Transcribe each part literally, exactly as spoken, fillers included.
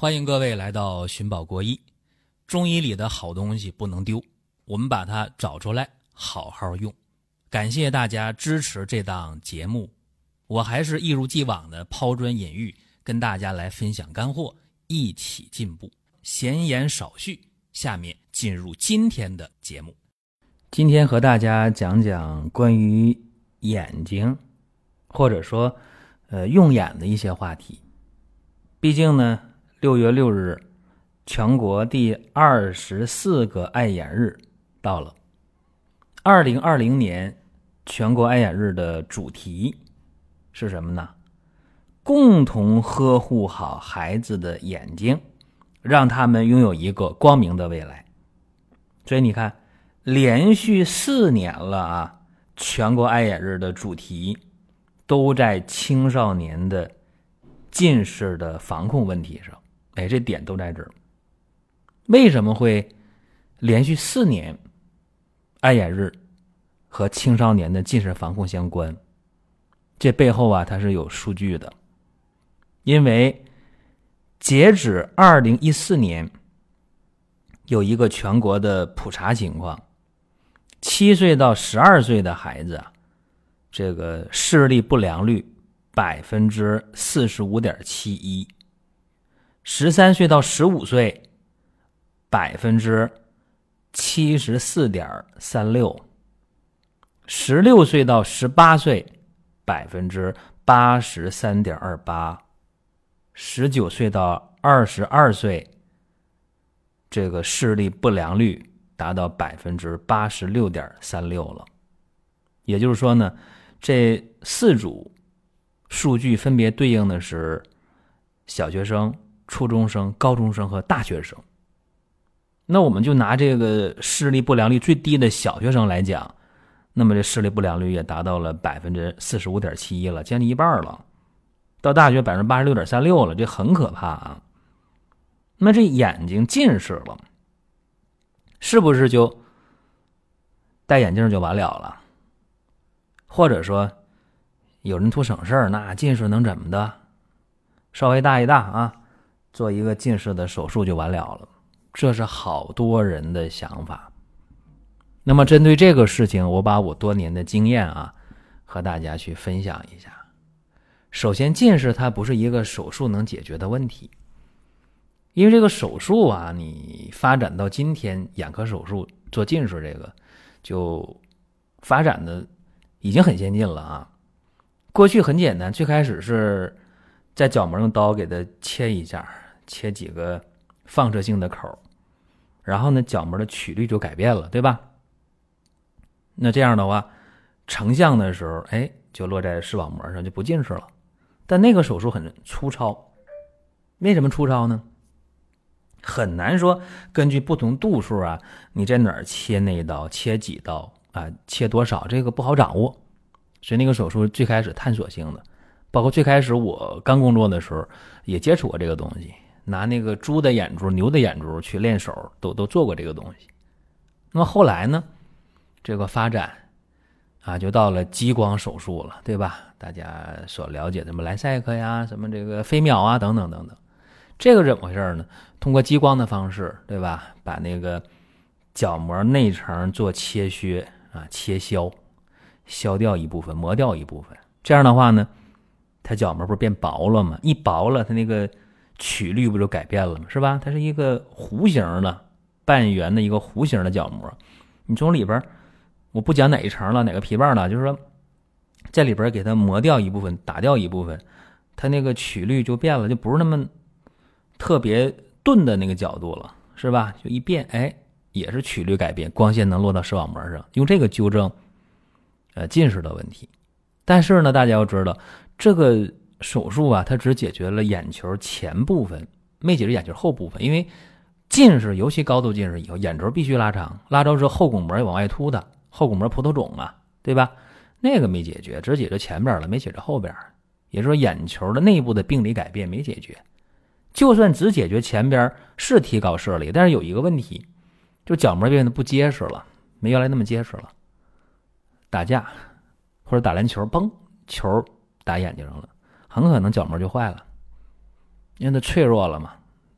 欢迎各位来到寻宝国医。中医里的好东西不能丢，我们把它找出来好好用。感谢大家支持这档节目，我还是一如既往的抛砖引玉，跟大家来分享干货，一起进步。闲言少叙，下面进入今天的节目。今天和大家讲讲关于眼睛或者说呃用眼的一些话题。毕竟呢六月六日全国第二十四个爱眼日到了。二零二零年全国爱眼日的主题是什么呢？共同呵护好孩子的眼睛，让他们拥有一个光明的未来。所以你看，连续四年了啊，全国爱眼日的主题都在青少年的近视的防控问题上。哎，这点都在这儿。为什么会连续四年爱眼日和青少年的近视防控相关？这背后啊，它是有数据的。因为截止二零一四年有一个全国的普查情况，七岁到十二岁的孩子啊，这个视力不良率百分之四十五点七一。十三岁到十五岁百分之七十四点三六，十六岁到十八岁百分之八十三点二八，十九岁到二十二岁这个视力不良率达到百分之八十六点三六了。也就是说呢，这四组数据分别对应的是小学生、初中生、高中生和大学生。那我们就拿这个视力不良率最低的小学生来讲，那么这视力不良率也达到了百分之四十五点七一了，将近一半了。到大学百分之八十六点三六了，这很可怕啊。那么这眼睛近视了，是不是就戴眼镜就完了了？或者说有人图省事儿，那近视能怎么的？稍微大一大啊，做一个近视的手术就完了了。这是好多人的想法。那么针对这个事情，我把我多年的经验啊和大家去分享一下。首先，近视它不是一个手术能解决的问题。因为这个手术啊，你发展到今天，眼科手术做近视这个就发展的已经很先进了啊。过去很简单，最开始是在角膜用刀给它切一下，切几个放射性的口，然后呢角膜的曲率就改变了，对吧？那这样的话成像的时候，哎，就落在视网膜上，就不近视了。但那个手术很粗糙。为什么粗糙呢？很难说根据不同度数啊，你在哪儿切那一刀，切几刀啊，切多少，这个不好掌握。所以那个手术最开始探索性的，包括最开始我刚工作的时候也接触过这个东西，拿那个猪的眼珠、牛的眼珠去练手，都都做过这个东西。那么后来呢，这个发展啊，就到了激光手术了，对吧？大家所了解的什么莱赛克呀，什么这个飞秒啊，等等等等。这个怎么回事呢？通过激光的方式，对吧？把那个角膜内层做切削啊，切削，削掉一部分，磨掉一部分。这样的话呢，它角膜不是变薄了吗？一薄了，它那个曲率不就改变了吗？是吧？它是一个弧形的、半圆的一个弧形的角膜。你从里边，我不讲哪一层了，哪个皮瓣了，就是说在里边给它磨掉一部分，打掉一部分，它那个曲率就变了，就不是那么特别钝的那个角度了，是吧？就一变，哎，也是曲率改变，光线能落到视网膜上，用这个纠正呃近视的问题。但是呢，大家要知道，这个手术啊，它只解决了眼球前部分，没解决眼球后部分。因为近视，尤其高度近视以后，眼轴必须拉长，拉长之后后巩膜也往外凸的，后巩膜葡萄肿啊，对吧？那个没解决，只解决前边了，没解决后边。也就是说，眼球的内部的病理改变没解决。就算只解决前边是提高视力，但是有一个问题，就角膜变得不结实了，没原来那么结实了。打架或者打篮球，嘣，球打眼睛上了，很可能角膜就坏了，因为它脆弱了嘛，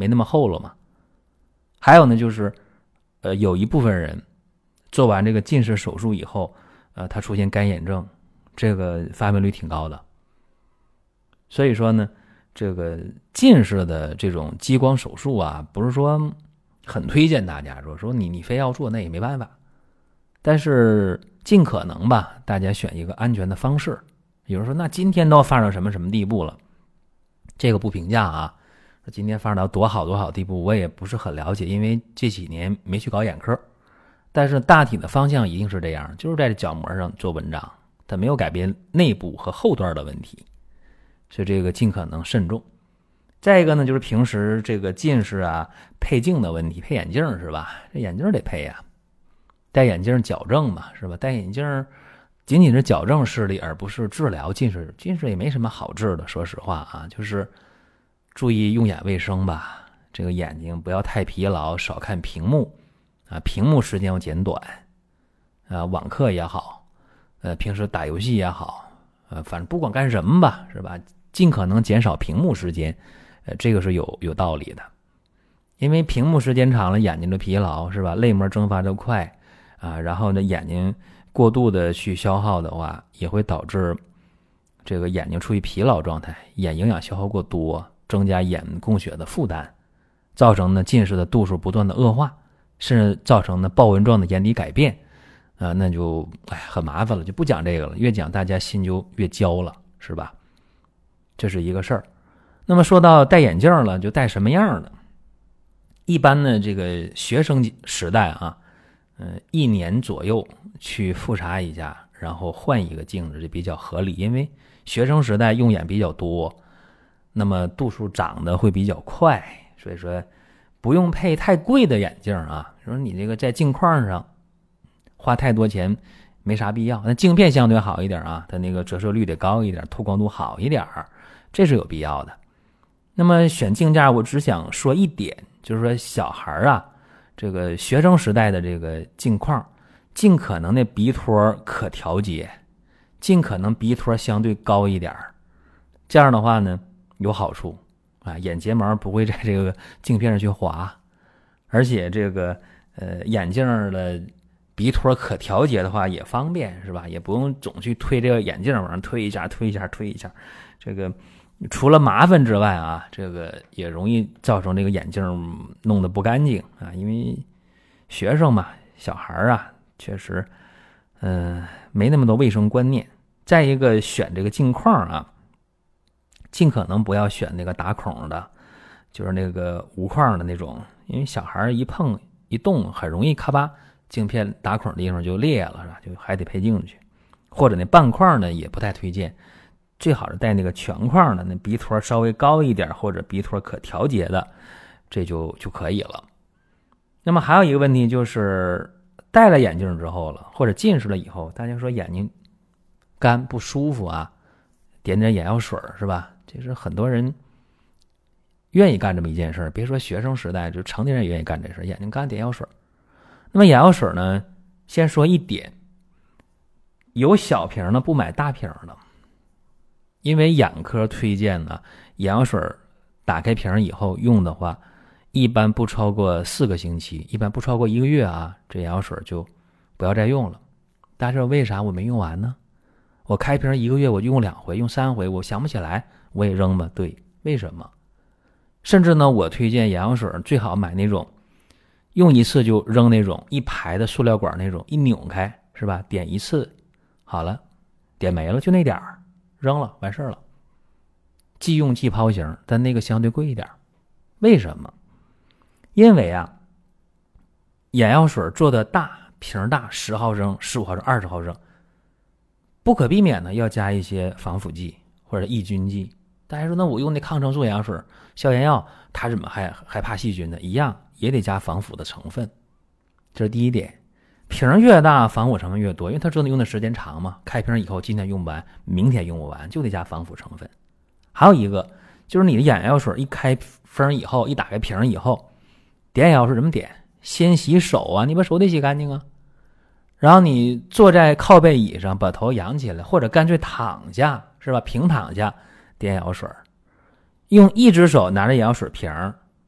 没那么厚了嘛。还有呢，就是呃，有一部分人做完这个近视手术以后，呃，他出现干眼症，这个发病率挺高的。所以说呢，这个近视的这种激光手术啊，不是说很推荐大家说说你你非要做那也没办法，但是尽可能吧，大家选一个安全的方式。有人说那今天都发展到什么什么地步了，这个不评价啊。今天发展到多好多好地步，我也不是很了解，因为这几年没去搞眼科。但是大体的方向一定是这样，就是在角膜上做文章，它没有改变内部和后端的问题，所以这个尽可能慎重。再一个呢，就是平时这个近视啊、配镜的问题，配眼镜是吧？这眼镜得配呀、啊，戴眼镜矫正嘛，是吧？戴眼镜仅仅是矫正视力，而不是治疗近视。近视也没什么好治的，说实话啊，就是注意用眼卫生吧。这个眼睛不要太疲劳，少看屏幕啊，屏幕时间要减短啊，网课也好，呃，平时打游戏也好，呃，反正不管干什么吧，是吧？尽可能减少屏幕时间，呃，这个是有有道理的。因为屏幕时间长了，眼睛的疲劳是吧？泪膜蒸发的快啊，然后呢，眼睛过度的去消耗的话，也会导致这个眼睛处于疲劳状态，眼营养消耗过多，增加眼供血的负担，造成呢近视的度数不断的恶化，甚至造成呢豹纹状的眼底改变，啊，那就哎很麻烦了，就不讲这个了，越讲大家心就越焦了，是吧？这是一个事儿。那么说到戴眼镜了，就戴什么样的？一般呢，这个学生时代啊，嗯、呃，一年左右去复查一下，然后换一个镜子就比较合理。因为学生时代用眼比较多，那么度数长得会比较快，所以说不用配太贵的眼镜啊。说你这个在镜框上花太多钱没啥必要。那镜片相对好一点啊，它那个折射率得高一点，透光度好一点，这是有必要的。那么选镜架，我只想说一点，就是说小孩啊，这个学生时代的这个镜框，尽可能的鼻托可调节，尽可能鼻托相对高一点，这样的话呢有好处啊，眼睫毛不会在这个镜片上去滑，而且这个呃眼镜的鼻托可调节的话也方便，是吧？也不用总去推这个眼镜往上推一下推一下推一下，这个除了麻烦之外啊，这个也容易造成这个眼镜弄得不干净啊，因为学生嘛，小孩啊，确实嗯、呃、没那么多卫生观念。再一个选这个镜框啊，尽可能不要选那个打孔的，就是那个无框的那种，因为小孩一碰一动很容易咔吧镜片打孔的地方就裂了，是吧？就还得配镜去。或者那半框呢也不太推荐，最好是戴那个全框的，那鼻托稍微高一点，或者鼻托可调节的，这就就可以了。那么还有一个问题就是戴了眼镜之后了，或者近视了以后，大家说眼睛干不舒服啊，点点眼药水是吧？这是很多人愿意干这么一件事，别说学生时代，就成年人也愿意干这事，眼睛干点药水。那么眼药水呢，先说一点，有小瓶的不买大瓶的，因为眼科推荐呢，眼药水打开瓶以后用的话，一般不超过四个星期，一般不超过一个月啊，这眼药水就不要再用了。但是为啥我没用完呢？我开瓶一个月我就用两回，用三回，我想不起来，我也扔吧。对，为什么？甚至呢，我推荐眼药水最好买那种用一次就扔那种一排的塑料管那种，一扭开是吧？点一次好了，点没了就那点儿，扔了完事儿了。即用即抛型，但那个相对贵一点。为什么？因为啊，眼药水做的大，瓶大，十毫升、十五毫升、二十毫升，不可避免的要加一些防腐剂或者抑菌剂。大家说，那我用那抗生素眼药水、消炎药，它怎么还还怕细菌呢？一样也得加防腐的成分。这是第一点。瓶越大，防腐成分越多，因为它知道用的时间长嘛。开瓶以后，今天用不完，明天用不完，就得加防腐成分。还有一个就是你的眼药水一开封以后，一打开瓶以后，点眼药水怎么点？先洗手啊，你把手得洗干净啊。然后你坐在靠背椅上，把头仰起来，或者干脆躺下，是吧？平躺下点眼药水，用一只手拿着眼药水瓶，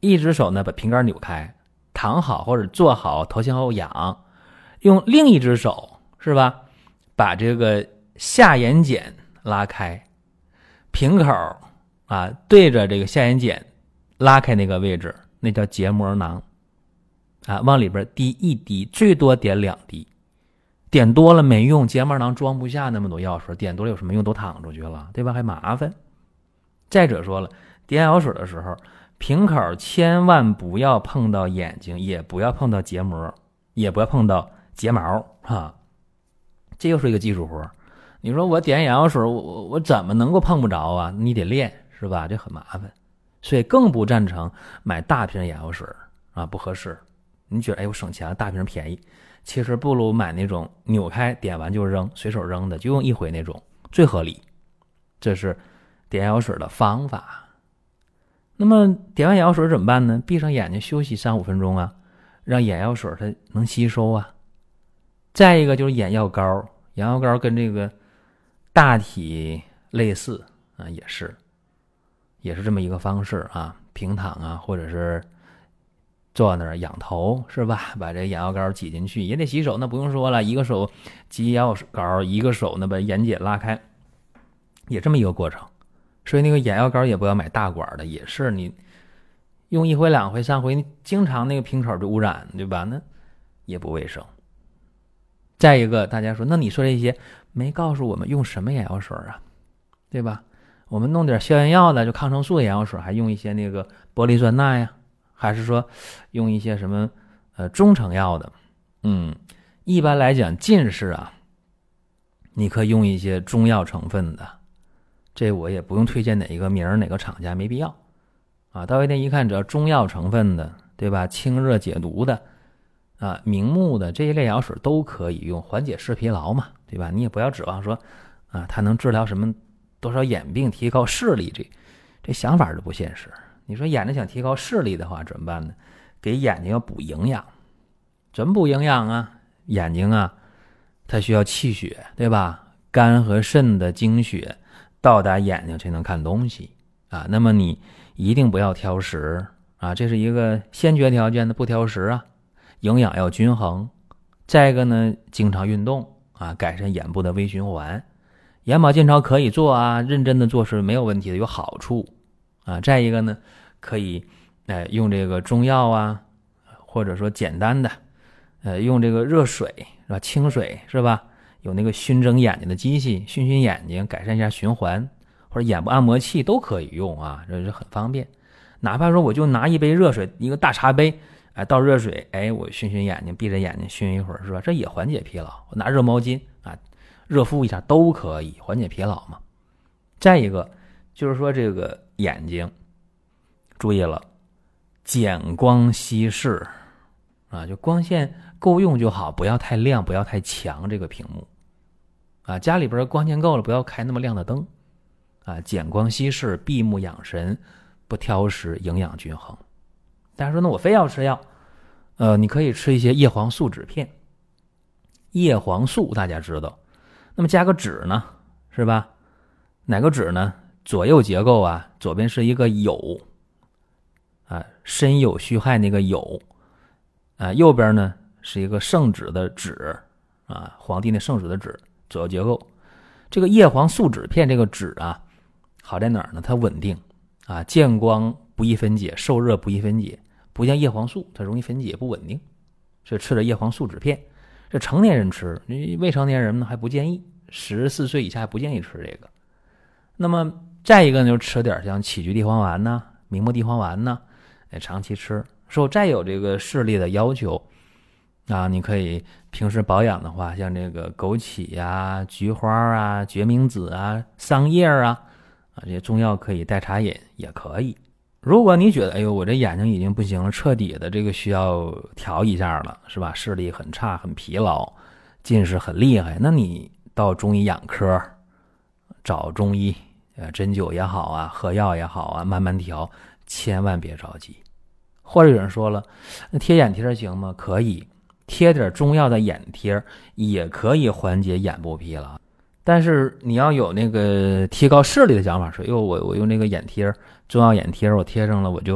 一只手呢把瓶盖扭开，躺好或者坐好，头前后仰，用另一只手是吧，把这个下眼睑拉开，瓶口啊对着这个下眼睑拉开那个位置，那叫结膜囊啊，往里边滴一滴，最多点两滴，点多了没用，结膜囊装不下那么多药水，点多了有什么用，都淌出去了，对吧？还麻烦。再者说了，点眼药水的时候，瓶口千万不要碰到眼睛，也不要碰到结膜，也不要碰到睫毛啊，这又是一个技术活。你说我点眼药水，我我我怎么能够碰不着啊？你得练是吧？这很麻烦，所以更不赞成买大瓶眼药水啊，不合适。你觉得哎，我省钱了，大瓶便宜，其实不如买那种扭开点完就扔，随手扔的，就用一回那种最合理。这是点眼药水的方法。那么点完眼药水怎么办呢？闭上眼睛休息三五分钟啊，让眼药水它能吸收啊。再一个就是眼药膏，眼药膏跟这个大体类似啊，也是也是这么一个方式啊，平躺啊，或者是坐那儿仰头是吧，把这眼药膏挤进去，也得洗手，那不用说了，一个手挤眼药膏，一个手呢把眼睑拉开，也这么一个过程。所以那个眼药膏也不要买大管的，也是你用一回两回三回，你经常那个瓶口就污染，对吧？那也不卫生。再一个，大家说那你说这些没告诉我们用什么眼药水啊，对吧？我们弄点消炎药的，就抗生素的眼药水，还用一些那个玻璃酸钠呀，还是说用一些什么呃中成药的？嗯，一般来讲近视啊，你可以用一些中药成分的，这我也不用推荐哪一个名儿哪个厂家，没必要啊。到一天一看，只要中药成分的，对吧？清热解毒的啊，明目的这一类眼药水都可以用，缓解视疲劳嘛，对吧？你也不要指望说啊，它能治疗什么多少眼病，提高视力，这这想法就不现实。你说眼睛想提高视力的话怎么办呢？给眼睛要补营养，怎么补营养啊？眼睛啊，它需要气血，对吧？肝和肾的精血到达眼睛才能看东西啊。那么你一定不要挑食啊，这是一个先决条件的，不挑食啊。营养要均衡。再一个呢，经常运动啊，改善眼部的微循环。眼保健操可以做啊，认真的做是没有问题的，有好处啊。再一个呢，可以呃用这个中药啊，或者说简单的呃用这个热水是吧，清水是吧，有那个熏蒸眼睛的机器，熏熏眼睛，改善一下循环，或者眼部按摩器都可以用啊，这是很方便。哪怕说我就拿一杯热水，一个大茶杯，哎，倒热水，哎，我熏熏眼睛，闭着眼睛熏一会儿，是吧？这也缓解疲劳。我拿热毛巾啊，热敷一下都可以缓解疲劳嘛。再一个就是说这个眼睛，注意了，减光稀释啊，就光线够用就好，不要太亮，不要太强这个屏幕啊。家里边光线够了，不要开那么亮的灯啊。减光稀释，闭目养神，不挑食，营养均衡。大家说那我非要吃药，呃，你可以吃一些叶黄素酯片。叶黄素大家知道，那么加个酯呢，是吧？哪个酯呢？左右结构啊，左边是一个酉啊，申酉戌亥那个酉啊，右边呢是一个圣旨的旨啊，皇帝那圣旨的旨，左右结构。这个叶黄素酯片这个酯啊，好在哪儿呢？它稳定啊，见光不易分解，受热不易分解，不像叶黄素它容易分解不稳定，所以吃的叶黄素酯片。这成年人吃，未成年人呢还不建议，十四岁以下还不建议吃这个。那么再一个呢，就吃点像杞菊地黄丸呐、明目地黄丸呐，哎，长期吃。说再有这个视力的要求啊，你可以平时保养的话，像这个枸杞啊、菊花啊、决明子啊、桑叶啊，啊这些中药可以代茶饮也可以。如果你觉得哎呦我这眼睛已经不行了，彻底的这个需要调一下了，是吧？视力很差，很疲劳，近视很厉害，那你到中医养科找中医，呃针灸也好啊，喝药也好啊，慢慢调，千万别着急。或者有人说了，那贴眼贴行吗？可以，贴点中药的眼贴也可以缓解眼部疲劳。但是你要有那个提高视力的想法，说哟我我用那个眼贴，中药眼贴我贴上了，我就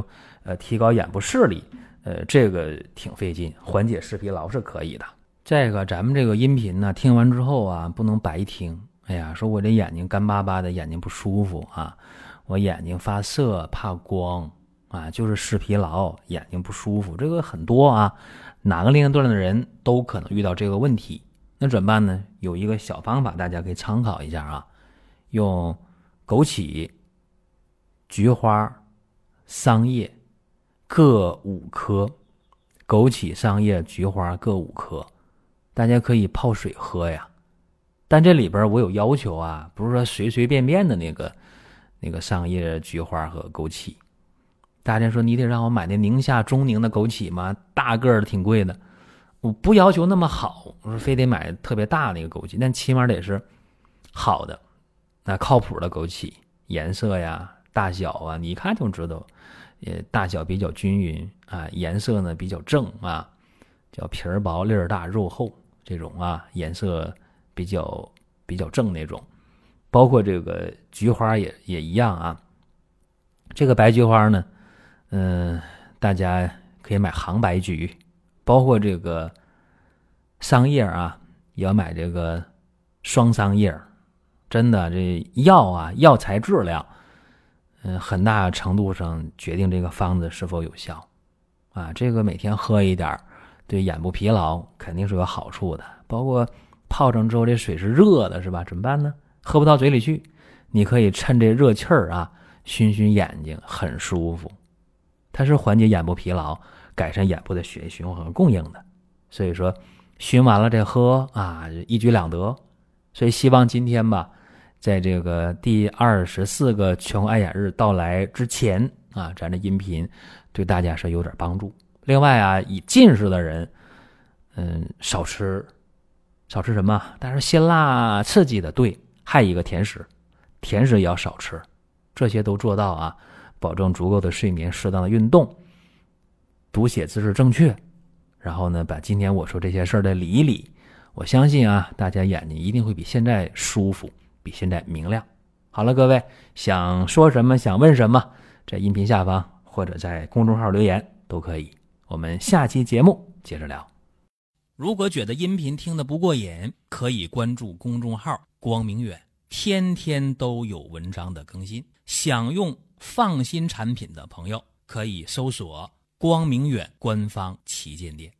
呃提高眼部视力，呃这个挺费劲，缓解视疲劳是可以的。这个咱们这个音频呢，听完之后啊，不能白听。哎呀，说我这眼睛干巴巴的，眼睛不舒服啊，我眼睛发涩怕光啊，就是视疲劳，眼睛不舒服，这个很多啊，哪个年龄段的人都可能遇到这个问题。那怎么办呢？有一个小方法，大家可以参考一下啊，用枸杞、菊花、桑叶各五颗，枸杞、桑叶、菊花各五颗，大家可以泡水喝呀。但这里边我有要求啊，不是说随随便便的那个那个桑叶、菊花和枸杞。大家说你得让我买那宁夏中宁的枸杞吗？大个儿挺贵的。我不要求那么好，我说非得买特别大那个枸杞，但起码得是好的，那靠谱的枸杞，颜色呀、大小啊，你一看就知道，也大小比较均匀啊，颜色呢比较正啊，叫皮儿薄、粒儿大、肉厚这种啊，颜色比较比较正那种。包括这个菊花也也一样啊。这个白菊花呢，嗯、呃，大家可以买杭白菊，包括这个桑叶啊，也要买这个双桑叶。真的，这药啊，药材质量，嗯、呃，很大程度上决定这个方子是否有效啊。这个每天喝一点，对眼部疲劳肯定是有好处的。包括泡上之后，这水是热的，是吧？怎么办呢？喝不到嘴里去，你可以趁这热气儿啊，熏熏眼睛，很舒服。它是缓解眼部疲劳，改善眼部的血液循环和供应的。所以说，熏完了这喝啊，一举两得。所以希望今天吧，在这个第二十四个全国爱眼日到来之前啊，咱这音频对大家是有点帮助。另外啊，以近视的人，嗯，少吃，少吃什么？但是辛辣刺激的，对，还有一个甜食，甜食也要少吃，这些都做到啊，保证足够的睡眠、适当的运动、读写姿势正确，然后呢，把今天我说这些事儿的理一理。我相信啊，大家眼睛一定会比现在舒服，比现在明亮。好了，各位想说什么，想问什么，在音频下方或者在公众号留言都可以。我们下期节目接着聊。如果觉得音频听得不过瘾，可以关注公众号光明远，天天都有文章的更新。想用放心产品的朋友，可以搜索光明远官方旗舰店。